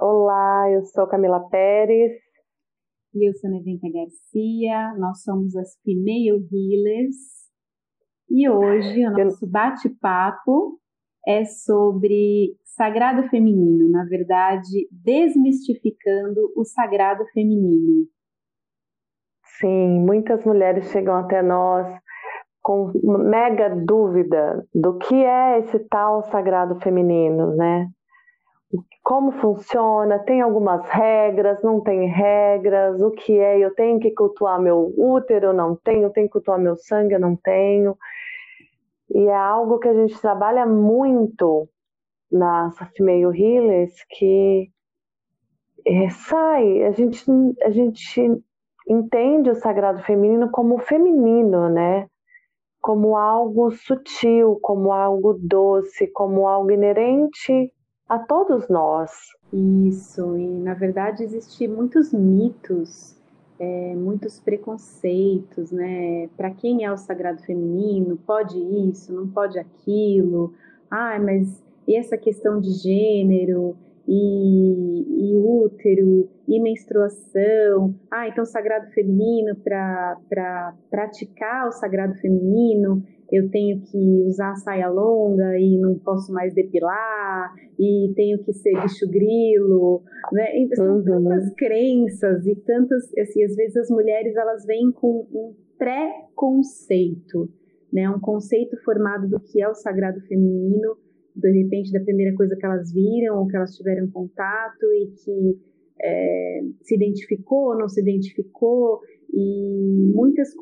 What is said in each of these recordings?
Olá, eu sou Camila Pérez. E eu sou Nevenka Garcia, nós somos as Female Healers e hoje o Eu- nosso bate-papo é sobre sagrado feminino, na verdade, desmistificando o sagrado feminino. sim, muitas mulheres chegam até nós com uma mega dúvida do que é esse tal sagrado feminino, né? Como funciona? Tem algumas regras? Não tem regras? O que é? Eu tenho que cultuar meu útero? Não tenho? Tenho que cultuar meu sangue? Eu não tenho? E é algo que a gente trabalha muito nas Female Healers, que a gente entende o sagrado feminino como feminino, né? Como algo sutil, como algo doce, como algo inerente a todos nós. Isso, e na verdade existem muitos mitos, muitos preconceitos, né? Para quem é o sagrado feminino, pode isso, não pode aquilo. Ah, mas e essa questão de gênero e útero e menstruação? Ah, então sagrado feminino para praticar o sagrado feminino, eu tenho que usar saia longa e não posso mais depilar e tenho que ser bicho grilo, né? E são tantas Uhum. crenças e tantas, assim, às vezes as mulheres elas vêm com um pré-conceito, né? Um conceito formado do que é o sagrado feminino, de repente da primeira coisa que elas viram ou que elas tiveram contato e que se identificou ou não se identificou e muitas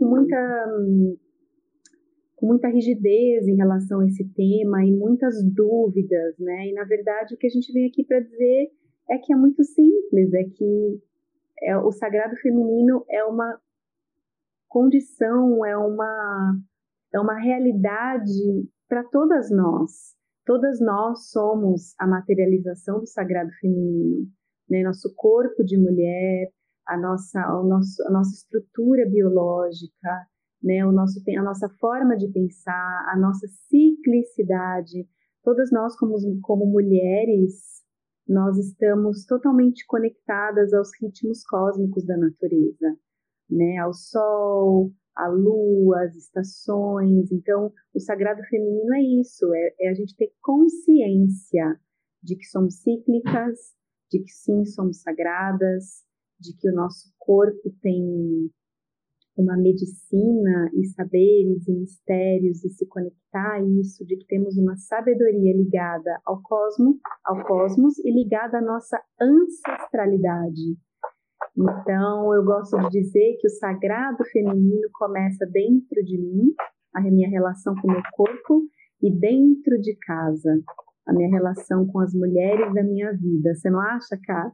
com muita rigidez em relação a esse tema e muitas dúvidas, né? E na verdade o que a gente vem aqui para dizer é que é muito simples, é que o sagrado feminino é uma condição, é uma realidade para todas nós. Todas nós somos a materialização do sagrado feminino, né? Nosso corpo de mulher, a nossa estrutura biológica, né? A nossa forma de pensar, a nossa ciclicidade. Todas nós, como mulheres, nós estamos totalmente conectadas aos ritmos cósmicos da natureza, né? Ao sol, a lua, as estações. Então, o sagrado feminino é isso, é a gente ter consciência de que somos cíclicas, de que sim, somos sagradas, de que o nosso corpo tem uma medicina e saberes e mistérios e se conectar a isso, de que temos uma sabedoria ligada ao cosmos e ligada à nossa ancestralidade. Então, eu gosto de dizer que o sagrado feminino começa dentro de mim, a minha relação com o meu corpo, e dentro de casa, a minha relação com as mulheres da minha vida. Você não acha, Ká?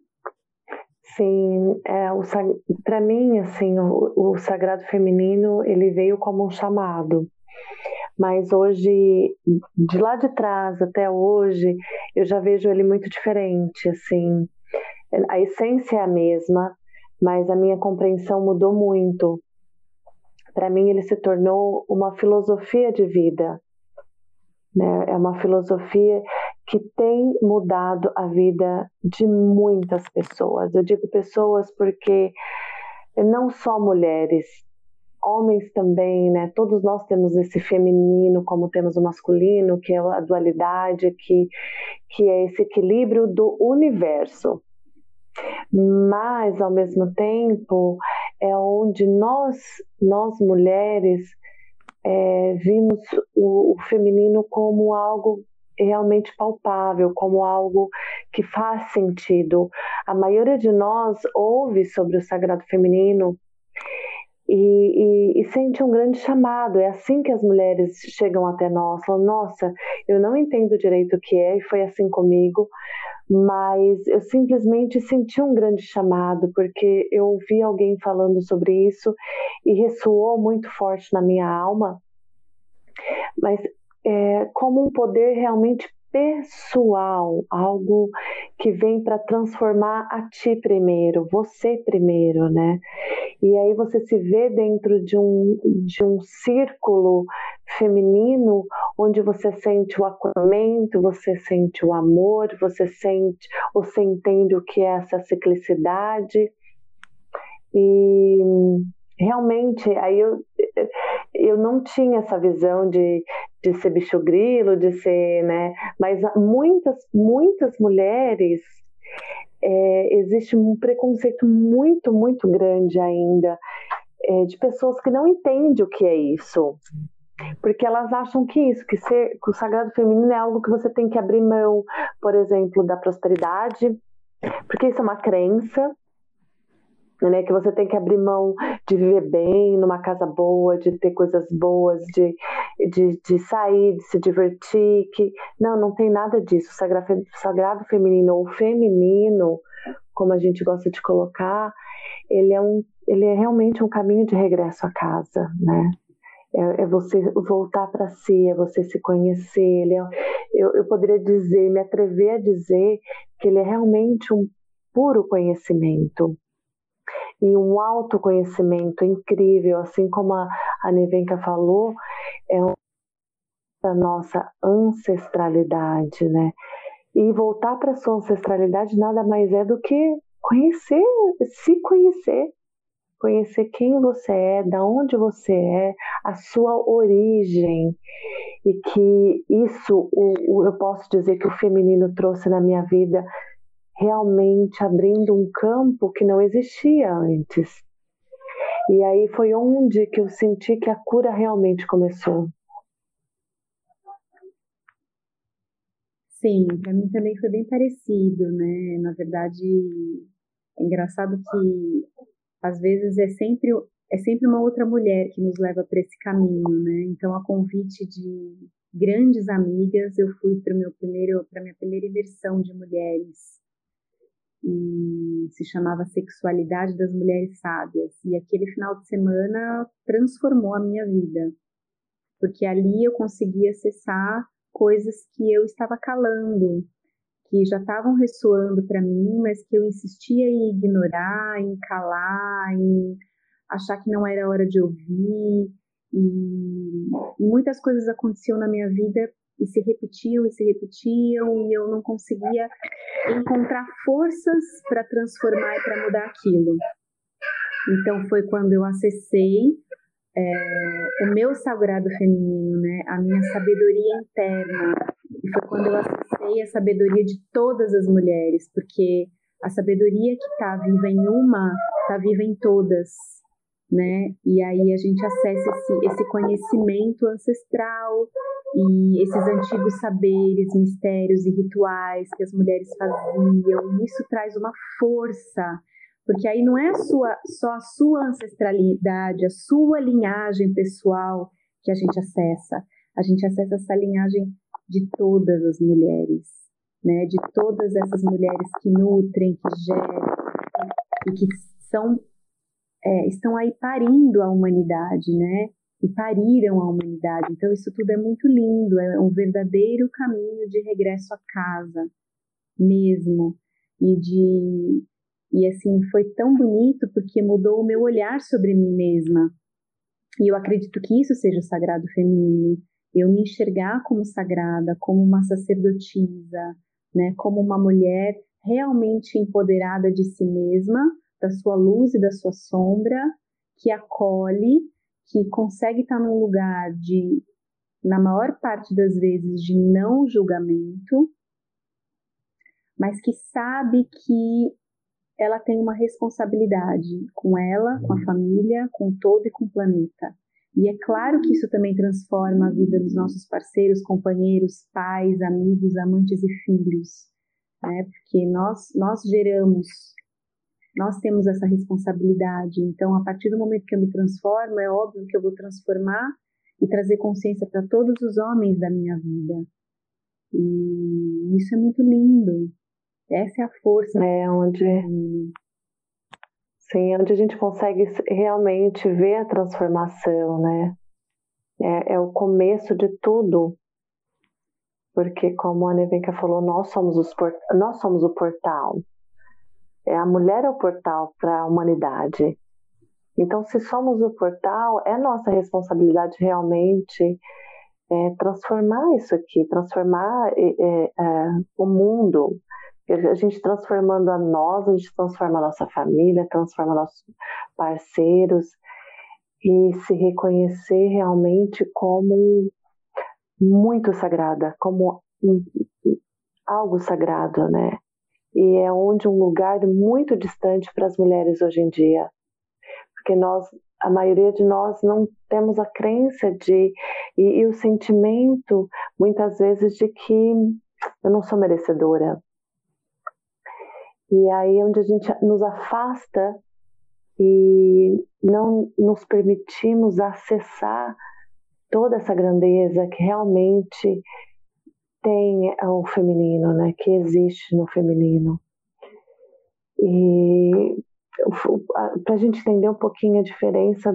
Sim, para mim, assim, o sagrado feminino, ele veio como um chamado. Mas hoje, de lá de trás até hoje, eu já vejo ele muito diferente, assim. A essência é a mesma, mas a minha compreensão mudou muito. Para mim, ele se tornou uma filosofia de vida, né? É uma filosofia que tem mudado a vida de muitas pessoas. Eu digo pessoas porque não só mulheres, homens também, né? Todos nós temos esse feminino, como temos o masculino, que é a dualidade, que é esse equilíbrio do universo. Mas, ao mesmo tempo, é onde nós mulheres, vimos o feminino como algo realmente palpável, como algo que faz sentido. A maioria de nós ouve sobre o sagrado feminino e sente um grande chamado. É assim que as mulheres chegam até nós, falam: nossa, eu não entendo direito o que é, e foi assim comigo, mas eu simplesmente senti um grande chamado, porque eu ouvi alguém falando sobre isso e ressoou muito forte na minha alma, mas como um poder realmente pessoal, algo que vem para transformar a ti primeiro, você primeiro, né? E aí você se vê dentro de um círculo feminino onde você sente o acolhimento, você sente o amor, você entende o que é essa ciclicidade. E realmente, eu não tinha essa visão de ser bicho grilo, de ser, né? Mas muitas mulheres, existe um preconceito muito, muito grande ainda, de pessoas que não entendem o que é isso. Porque elas acham que que o sagrado feminino é algo que você tem que abrir mão, por exemplo, da prosperidade, porque isso é uma crença, né, que você tem que abrir mão de viver bem, numa casa boa, de ter coisas boas, de sair, de se divertir. Não tem nada disso. O sagrado feminino ou feminino, como a gente gosta de colocar, ele é realmente um caminho de regresso à casa, né? É você voltar para si, é você se conhecer. Eu poderia dizer, me atrever a dizer que ele é realmente um puro conhecimento e um autoconhecimento incrível, assim como a Nevenka falou, da nossa ancestralidade, né? E voltar para a sua ancestralidade nada mais é do que conhecer, se conhecer, conhecer quem você é, da onde você é, a sua origem. E que isso, eu posso dizer que o feminino trouxe na minha vida, realmente abrindo um campo que não existia antes. E aí foi onde que eu senti que a cura realmente começou. Sim, para mim também foi bem parecido, né? Na verdade, é engraçado que às vezes é sempre uma outra mulher que nos leva para esse caminho, né? Então, a convite de grandes amigas, eu fui para minha primeira imersão de mulheres e se chamava Sexualidade das Mulheres Sábias. E aquele final de semana transformou a minha vida, porque ali eu consegui acessar coisas que eu estava calando, que já estavam ressoando para mim, mas que eu insistia em ignorar, em calar, em achar que não era hora de ouvir. E muitas coisas aconteciam na minha vida e se repetiam, e eu não conseguia encontrar forças para transformar e para mudar aquilo. Então foi quando eu acessei o meu sagrado feminino, né? A minha sabedoria interna. E foi quando eu acessei a sabedoria de todas as mulheres, porque a sabedoria que está viva em uma, está viva em todas, né? E aí a gente acessa esse conhecimento ancestral e esses antigos saberes, mistérios e rituais que as mulheres faziam. E isso traz uma força, porque aí não é só a sua ancestralidade, a sua linhagem pessoal que a gente acessa essa linhagem de todas as mulheres, né? De todas essas mulheres que nutrem, que geram e que estão aí parindo a humanidade, né? E pariram a humanidade. Então isso tudo é muito lindo, é um verdadeiro caminho de regresso à casa mesmo. E assim, foi tão bonito porque mudou o meu olhar sobre mim mesma. E eu acredito que isso seja o sagrado feminino. Eu me enxergar como sagrada, como uma sacerdotisa, né? Como uma mulher realmente empoderada de si mesma, da sua luz e da sua sombra, que acolhe, que consegue estar num lugar de, na maior parte das vezes, de não julgamento, mas que sabe que ela tem uma responsabilidade com ela, com a família, com todo e com o planeta. E é claro que isso também transforma a vida dos nossos parceiros, companheiros, pais, amigos, amantes e filhos, né? Porque nós geramos, nós temos essa responsabilidade. Então, a partir do momento que eu me transformo, é óbvio que eu vou transformar e trazer consciência para todos os homens da minha vida. E isso é muito lindo. Essa é a força. Onde a gente consegue realmente ver a transformação, né? É o começo de tudo. porque como a Nevenka falou, nós somos o portal. A mulher é o portal para a humanidade. Então, se somos o portal, é nossa responsabilidade realmente transformar isso aqui, transformar o mundo. A gente transformando a nós, a gente transforma a nossa família, transforma nossos parceiros e se reconhecer realmente como muito sagrada, como algo sagrado, né? E é onde um lugar muito distante para as mulheres hoje em dia, porque a maioria de nós não temos a crença e o sentimento, muitas vezes, de que eu não sou merecedora. E aí é onde a gente nos afasta e não nos permitimos acessar toda essa grandeza que realmente tem o feminino, né? Que existe no feminino. E para a gente entender um pouquinho a diferença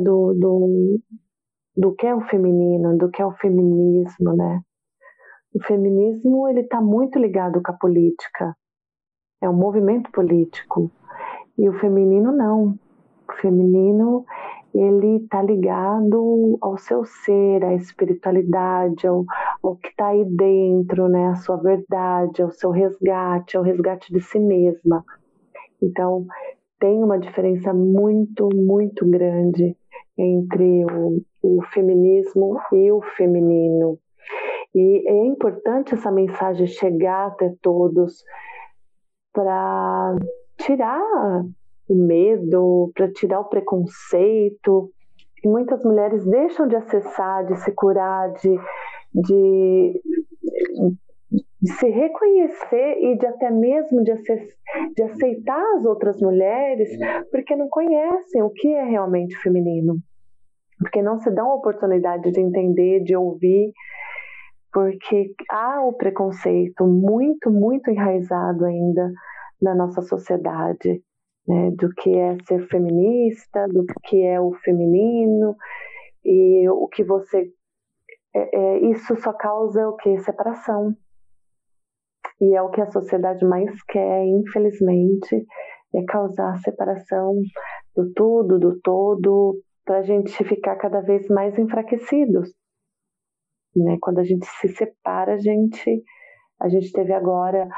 do que é o feminino, do que é o feminismo, né? O feminismo, ele está muito ligado com a política, é um movimento político, e o feminino não. O feminino, ele está ligado ao seu ser, à espiritualidade, ao que está aí dentro, né? A sua verdade, ao seu resgate, ao resgate de si mesma. Então, tem uma diferença muito, muito grande entre o feminismo e o feminino. E é importante essa mensagem chegar até todos para tirar o medo, para tirar o preconceito. E muitas mulheres deixam de acessar, de se curar, de se reconhecer e de até mesmo de aceitar as outras mulheres, porque não conhecem o que é realmente feminino, porque não se dão a oportunidade de entender, de ouvir, porque há o preconceito muito, muito enraizado ainda na nossa sociedade, né, do que é ser feminista, do que é o feminino, e o que você... isso só causa o quê? Separação. E é o que a sociedade mais quer, infelizmente, é causar separação do tudo, do todo, para a gente ficar cada vez mais enfraquecidos. Né? Quando a gente se separa, a gente teve agora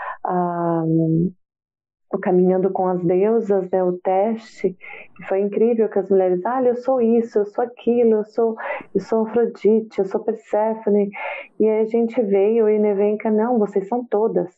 o Caminhando com as Deusas, né, o teste, que foi incrível, que as mulheres, eu sou isso, eu sou aquilo, eu sou Afrodite, eu sou Perséfone, e aí a gente veio e Nevenka, não, vocês são todas.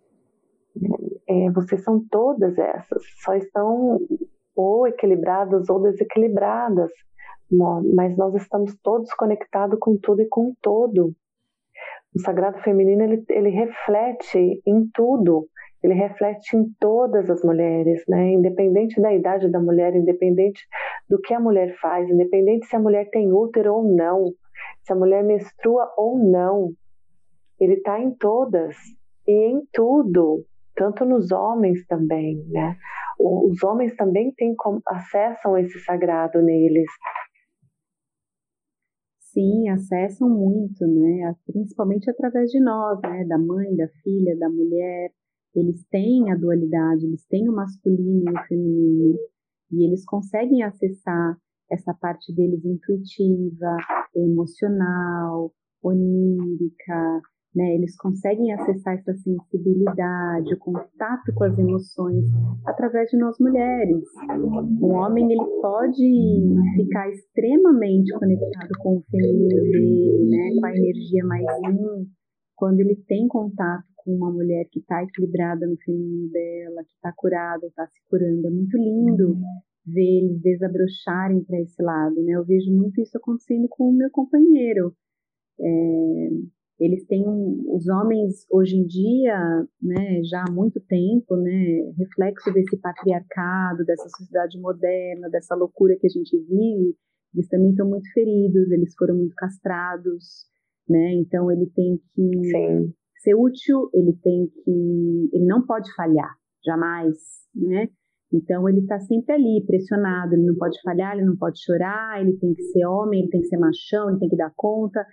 Vocês são todas essas, só estão ou equilibradas ou desequilibradas, mas nós estamos todos conectados com tudo e com todo. O sagrado feminino, ele reflete em tudo, ele reflete em todas as mulheres, né? Independente da idade da mulher, independente do que a mulher faz, independente se a mulher tem útero ou não, se a mulher menstrua ou não, ele está em todas e em tudo, tanto nos homens também, né? Os homens também acessam esse sagrado neles. Sim, acessam muito, né? Principalmente através de nós, né? Da mãe, da filha, da mulher. Eles têm a dualidade, eles têm o masculino e o feminino, e eles conseguem acessar essa parte deles intuitiva, emocional, onírica, né? Eles conseguem acessar essa sensibilidade, o contato com as emoções através de nós mulheres. O homem, ele pode ficar extremamente conectado com o feminino dele, né? Com a energia mais yin, quando ele tem contato com uma mulher que está equilibrada no feminino dela, que está curada ou está se curando. É muito lindo ver eles desabrocharem para esse lado, né? Eu vejo muito isso acontecendo com o meu companheiro. Eles têm os homens hoje em dia, né, já há muito tempo, né, reflexo desse patriarcado, dessa sociedade moderna, dessa loucura que a gente vive, eles também estão muito feridos, eles foram muito castrados, né, então ele tem que Sim. ser útil, ele não pode falhar, jamais, né, então ele está sempre ali, pressionado, ele não pode falhar, ele não pode chorar, ele tem que ser homem, ele tem que ser machão, ele tem que dar conta.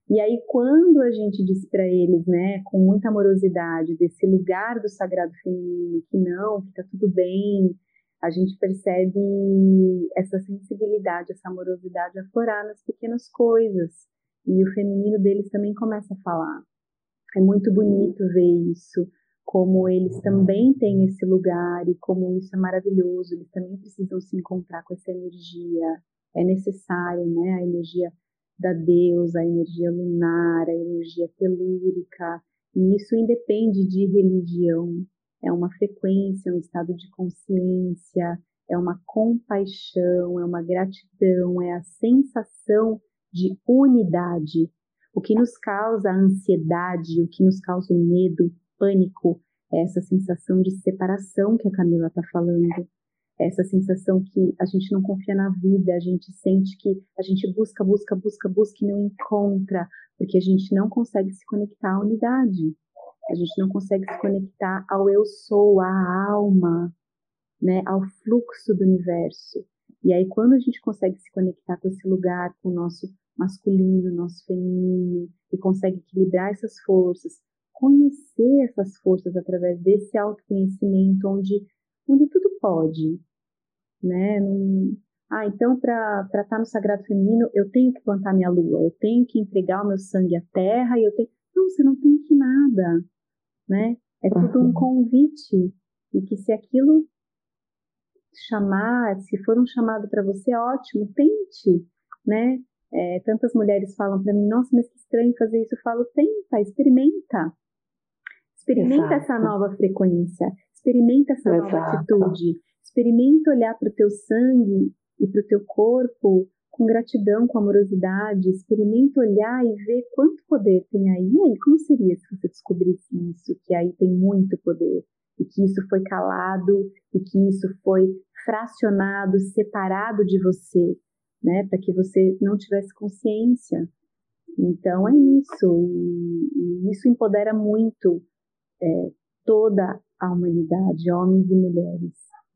E aí, quando a gente diz para eles, né, com muita amorosidade, desse lugar do sagrado feminino, que não, que tá tudo bem, a gente percebe essa sensibilidade, essa amorosidade aflorar nas pequenas coisas. E o feminino deles também começa a falar. É muito bonito ver isso, como eles também têm esse lugar e como isso é maravilhoso. Eles também precisam se encontrar com essa energia. É necessário, né, a energia da deusa, a energia lunar, a energia telúrica, e isso independe de religião, é uma frequência, um estado de consciência, é uma compaixão, é uma gratidão, é a sensação de unidade. O que nos causa a ansiedade, o que nos causa o medo, o pânico, é essa sensação de separação que a Camila está falando. Essa sensação que a gente não confia na vida, a gente sente que a gente busca e não encontra, porque a gente não consegue se conectar à unidade, a gente não consegue se conectar ao eu sou, à alma, né, ao fluxo do universo. E aí quando a gente consegue se conectar com esse lugar, com o nosso masculino, nosso feminino, e consegue equilibrar essas forças, conhecer essas forças através desse autoconhecimento, onde tudo pode, né? Então, para estar no sagrado feminino, eu tenho que plantar minha lua, eu tenho que entregar o meu sangue à terra, e eu tenho... Não, você não tem que nada, né? É tudo um convite, e que se aquilo chamar, se for um chamado para você, ótimo, tente, né? Tantas mulheres falam para mim, nossa, mas que estranho fazer isso. Eu falo, tenta, experimenta essa nova frequência, experimenta essa nova atitude, experimenta olhar para o teu sangue e para o teu corpo com gratidão, com amorosidade, experimenta olhar e ver quanto poder tem aí. E aí, como seria se você descobrisse isso, que aí tem muito poder, e que isso foi calado, e que isso foi fracionado, separado de você, né, para que você não tivesse consciência. Então é isso, e isso empodera muito toda a humanidade, homens e mulheres.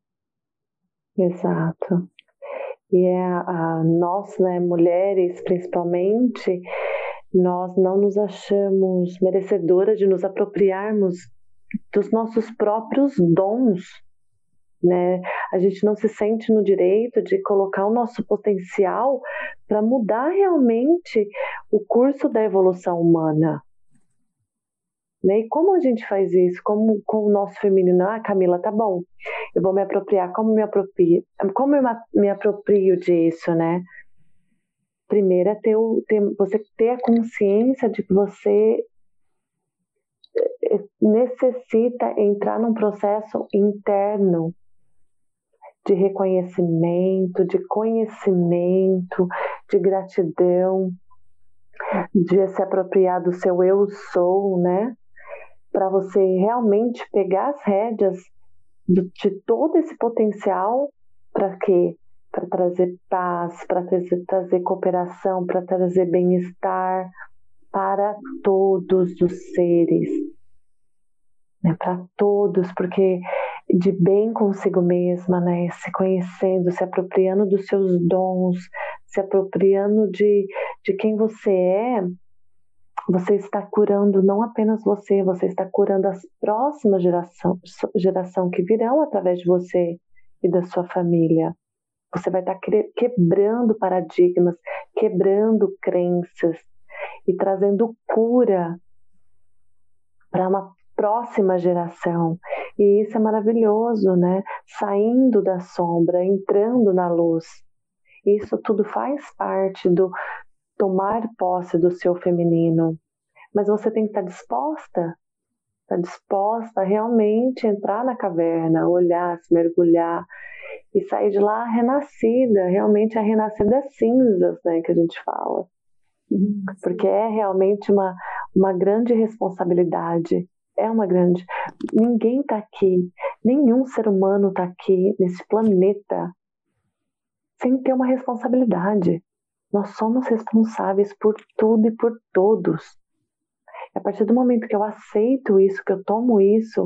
Exato. E nós, né, mulheres principalmente, nós não nos achamos merecedoras de nos apropriarmos dos nossos próprios dons, né? A gente não se sente no direito de colocar o nosso potencial para mudar realmente o curso da evolução humana. Né? E como a gente faz isso? Como com o nosso feminino? Camila, tá bom, eu vou me apropriar. Como eu me aproprio disso, né? Primeiro é você ter a consciência de que você necessita entrar num processo interno de reconhecimento, de conhecimento, de gratidão, de se apropriar do seu eu sou, né? Para você realmente pegar as rédeas de todo esse potencial. Para quê? Para trazer paz, para trazer cooperação, para trazer bem-estar para todos os seres, né? Para todos, porque de bem consigo mesma, né? Se conhecendo, se apropriando dos seus dons, se apropriando de quem você é, você está curando não apenas você está curando as próximas geração que virão através de você e da sua família. Você vai estar quebrando paradigmas, quebrando crenças e trazendo cura para uma próxima geração. E isso é maravilhoso, né? Saindo da sombra, entrando na luz. Isso tudo faz parte do tomar posse do seu feminino. Mas você tem que estar disposta a realmente entrar na caverna, olhar, se mergulhar e sair de lá renascida, realmente a renascer das cinzas, né, que a gente fala. Porque é realmente uma grande responsabilidade. Ninguém está aqui, nenhum ser humano está aqui nesse planeta sem ter uma responsabilidade. Nós somos responsáveis por tudo e por todos. A partir do momento que eu aceito isso, que eu tomo isso,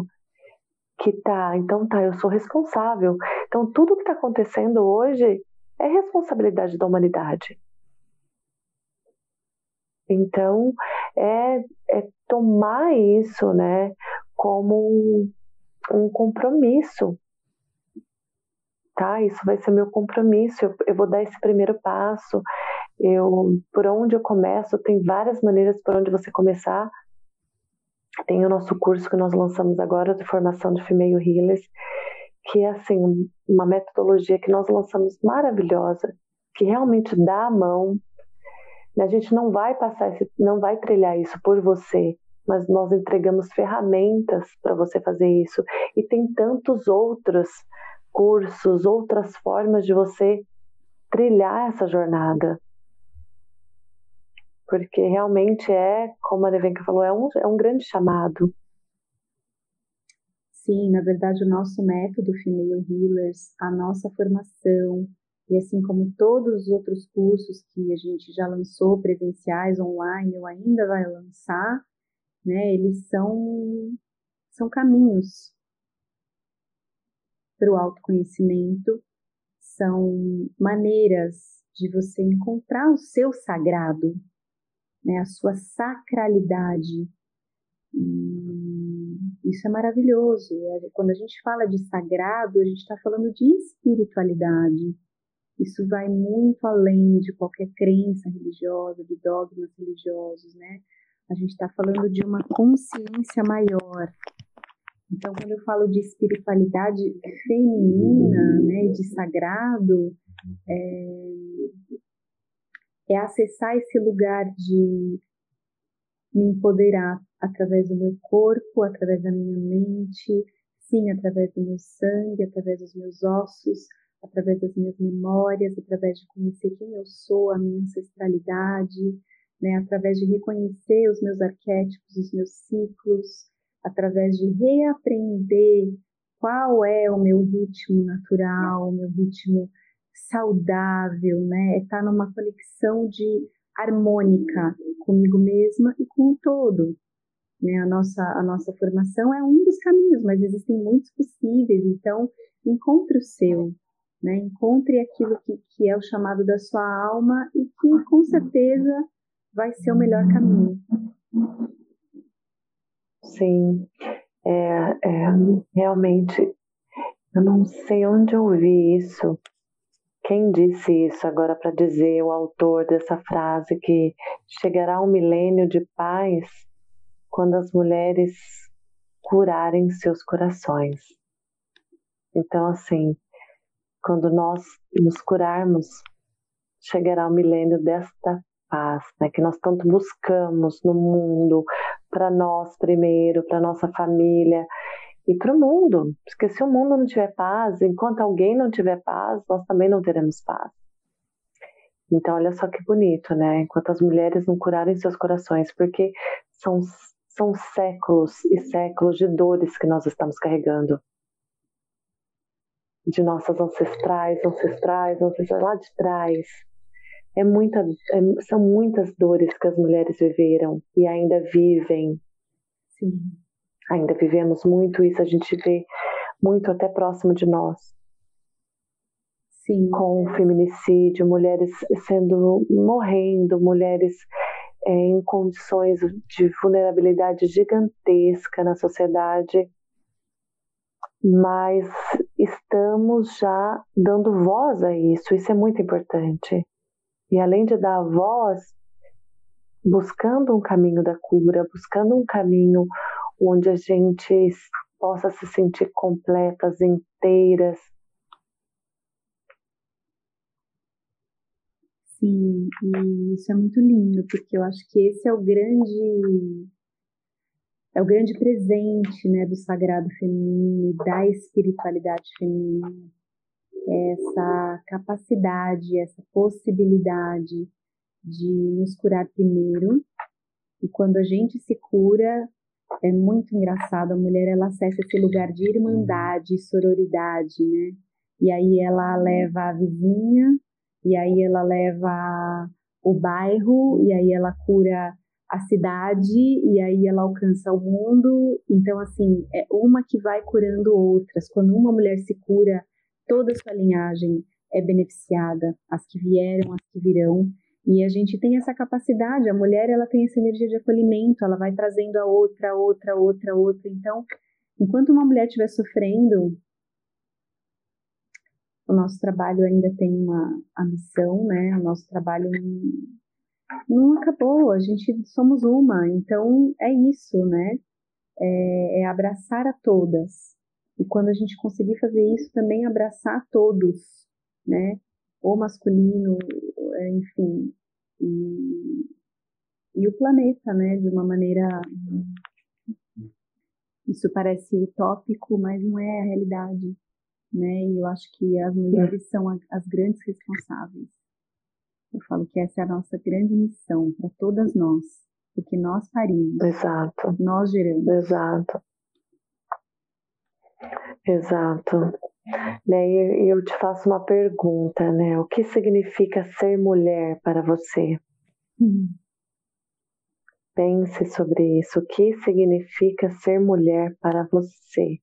eu sou responsável. Então tudo que está acontecendo hoje é responsabilidade da humanidade. Então, é tomar isso, né, como um compromisso, tá? Isso vai ser meu compromisso, eu vou dar esse primeiro passo, por onde eu começo, tem várias maneiras por onde você começar. Tem o nosso curso que nós lançamos agora, de formação de Female Healers, que é assim, uma metodologia que nós lançamos maravilhosa, que realmente dá a mão. A gente não vai não vai trilhar isso por você, mas nós entregamos ferramentas para você fazer isso. E tem tantos outros cursos, outras formas de você trilhar essa jornada. Porque realmente como a Nevenka falou, é um grande chamado. Sim, na verdade, o nosso método Female Healers, a nossa formação, e assim como todos os outros cursos que a gente já lançou, presenciais, online, ou ainda vai lançar, né, eles são caminhos para o autoconhecimento, são maneiras de você encontrar o seu sagrado, né, a sua sacralidade. E isso é maravilhoso. Quando a gente fala de sagrado, a gente está falando de espiritualidade. Isso vai muito além de qualquer crença religiosa, de dogmas religiosos, né? A gente está falando de uma consciência maior. Então, quando eu falo de espiritualidade feminina, né, de sagrado, é acessar esse lugar de me empoderar através do meu corpo, através da minha mente, sim, através do meu sangue, através dos meus ossos, através das minhas memórias, através de conhecer quem eu sou, a minha ancestralidade, né, através de reconhecer os meus arquétipos, os meus ciclos, através de reaprender qual é o meu ritmo natural, o meu ritmo saudável, né, estar numa conexão de harmônica comigo mesma e com o todo. Né? A nossa formação é um dos caminhos, mas existem muitos possíveis, então encontre o seu, né? Encontre aquilo que é o chamado da sua alma e que com certeza vai ser o melhor caminho. Sim, realmente, eu não sei onde eu ouvi isso. Quem disse isso agora para dizer o autor dessa frase que chegará um milênio de paz quando as mulheres curarem seus corações. Então, assim, quando nós nos curarmos, chegará o milênio desta paz, né, que nós tanto buscamos no mundo, para nós primeiro, para nossa família e para o mundo. Porque se o mundo não tiver paz, enquanto alguém não tiver paz, nós também não teremos paz. Então, olha só que bonito, né? Enquanto as mulheres não curarem seus corações, porque são séculos e séculos de dores que nós estamos carregando. De nossas ancestrais lá de trás. São muitas dores que as mulheres viveram e ainda vivem. Sim. Ainda vivemos muito isso, a gente vê muito até próximo de nós. Sim. Com o feminicídio, mulheres morrendo, mulheres em condições de vulnerabilidade gigantesca na sociedade, mas estamos já dando voz a isso é muito importante. E além de dar voz, buscando um caminho da cura, buscando um caminho onde a gente possa se sentir completas, inteiras. Sim, e isso é muito lindo, porque eu acho que esse é o grande presente, né, do sagrado feminino e da espiritualidade feminina. Essa capacidade, essa possibilidade de nos curar primeiro. E quando a gente se cura, é muito engraçado, a mulher ela acessa esse lugar de irmandade, sororidade, né? E aí ela leva a vizinha, e aí ela leva o bairro, e aí ela cura a cidade, e aí ela alcança o mundo. Então, assim, é uma que vai curando outras. Quando uma mulher se cura, toda a sua linhagem é beneficiada, as que vieram, as que virão. E a gente tem essa capacidade, a mulher ela tem essa energia de acolhimento, ela vai trazendo a outra. Então, enquanto uma mulher estiver sofrendo, o nosso trabalho ainda tem a missão, né? O nosso trabalho não acabou, a gente somos uma. Então, é isso, né? É abraçar a todas. E quando a gente conseguir fazer isso, também abraçar todos, né? O masculino, enfim, e o planeta, né? De uma maneira. Isso parece utópico, mas não é a realidade, né? E eu acho que as mulheres são as grandes responsáveis. Eu falo que essa é a nossa grande missão para todas nós, porque nós parimos, Exato. Nós geramos. Exato. Né? E eu te faço uma pergunta, né? O que significa ser mulher para você? Pense sobre isso. O que significa ser mulher para você?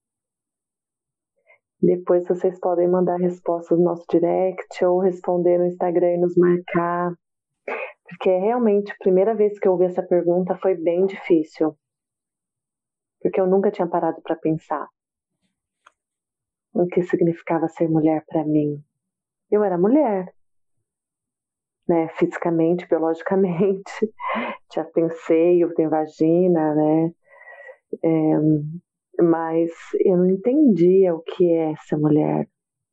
Depois vocês podem mandar respostas no nosso direct ou responder no Instagram e nos marcar. Porque realmente, a primeira vez que eu ouvi essa pergunta foi bem difícil. Porque eu nunca tinha parado para pensar o que significava ser mulher para mim. Eu era mulher, né? Fisicamente, biologicamente. Já tenho seio, tenho vagina, né? Mas eu não entendia o que é ser mulher.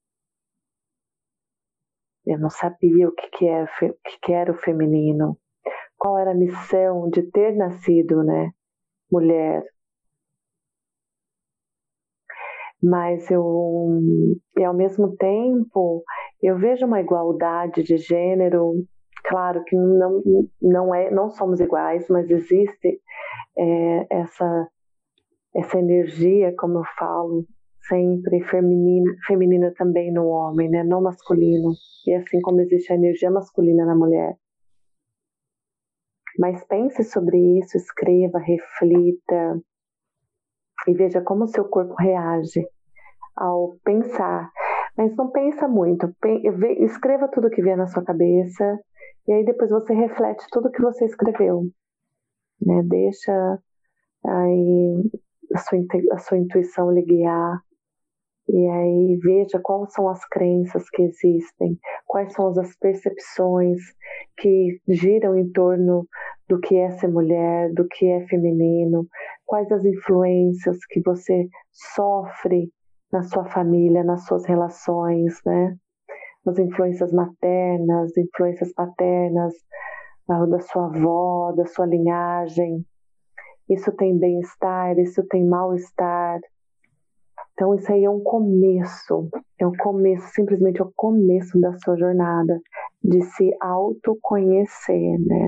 Eu não sabia o que era o feminino. Qual era a missão de ter nascido, né? Mulher. Mas e ao mesmo tempo, eu vejo uma igualdade de gênero. Claro que não somos iguais, mas existe essa energia, como eu falo, sempre feminina também no homem, né? Não masculino. E assim como existe a energia masculina na mulher. Mas pense sobre isso, escreva, reflita e veja como o seu corpo reage ao pensar. Mas não pensa muito, escreva tudo que vier na sua cabeça e aí depois você reflete tudo que você escreveu, né? Deixa aí a sua intuição lhe guiar e aí veja quais são as crenças que existem, quais são as percepções que giram em torno do que é ser mulher, do que é feminino, quais as influências que você sofre na sua família, nas suas relações, né? As influências maternas, influências paternas, da sua avó, da sua linhagem. Isso tem bem-estar, isso tem mal-estar. Então isso aí é um começo, simplesmente é o começo da sua jornada de se autoconhecer, né?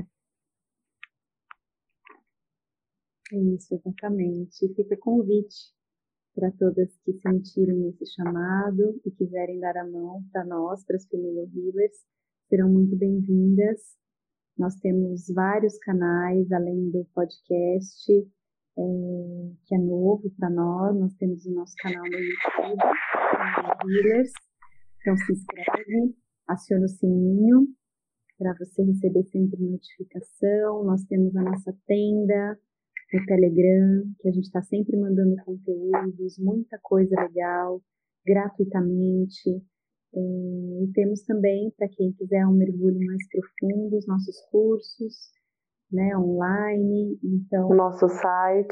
Isso, exatamente. Fica convite para todas que sentirem esse chamado e quiserem dar a mão para nós, para as Female Healers, serão muito bem-vindas. Nós temos vários canais, além do podcast, que é novo para nós. Nós temos o nosso canal no YouTube, Female Healers. Então se inscreve, aciona o sininho para você receber sempre notificação. Nós temos a nossa tenda no Telegram, que a gente está sempre mandando conteúdos, muita coisa legal, gratuitamente. E temos também, para quem quiser um mergulho mais profundo, os nossos cursos, né, online. Então, nosso site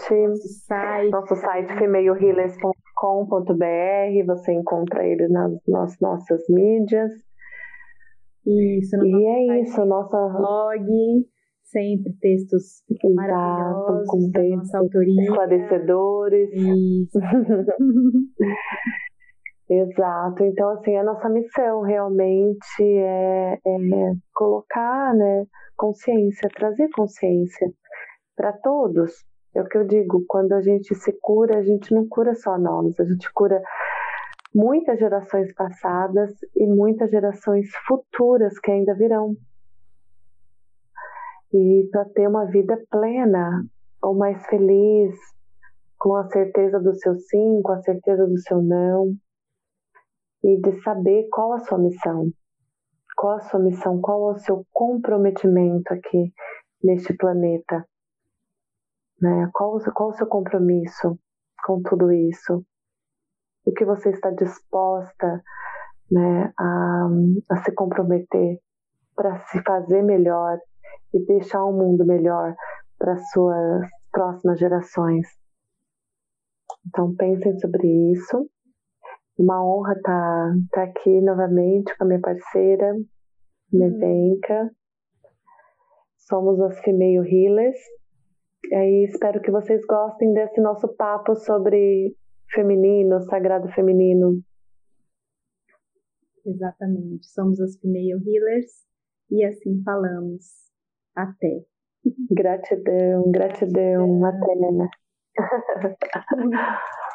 femalehealers.com.br, você encontra ele nas nossas mídias. Isso, e é isso, nossa blog, sempre textos maravilhosos da nossa autoria, esclarecedores. Isso. Exato, então assim, a nossa missão realmente é colocar, né, consciência, trazer consciência para todos. É o que eu digo, quando a gente se cura, a gente não cura só nós, a gente cura muitas gerações passadas e muitas gerações futuras que ainda virão. E para ter uma vida plena, ou mais feliz, com a certeza do seu sim, com a certeza do seu não, e de saber qual a sua missão. Qual a sua missão? Qual é o seu comprometimento aqui neste planeta? Né? Qual o seu compromisso com tudo isso? O que você está disposta, né, a se comprometer para se fazer melhor e deixar um mundo melhor para as suas próximas gerações? Então pensem sobre isso. Uma honra estar aqui novamente com a minha parceira, Nevenka. Somos as Female Healers. E aí espero que vocês gostem desse nosso papo sobre feminino, sagrado feminino. Exatamente. Somos as Female Healers e assim falamos. Até. Gratidão, gratidão. Até.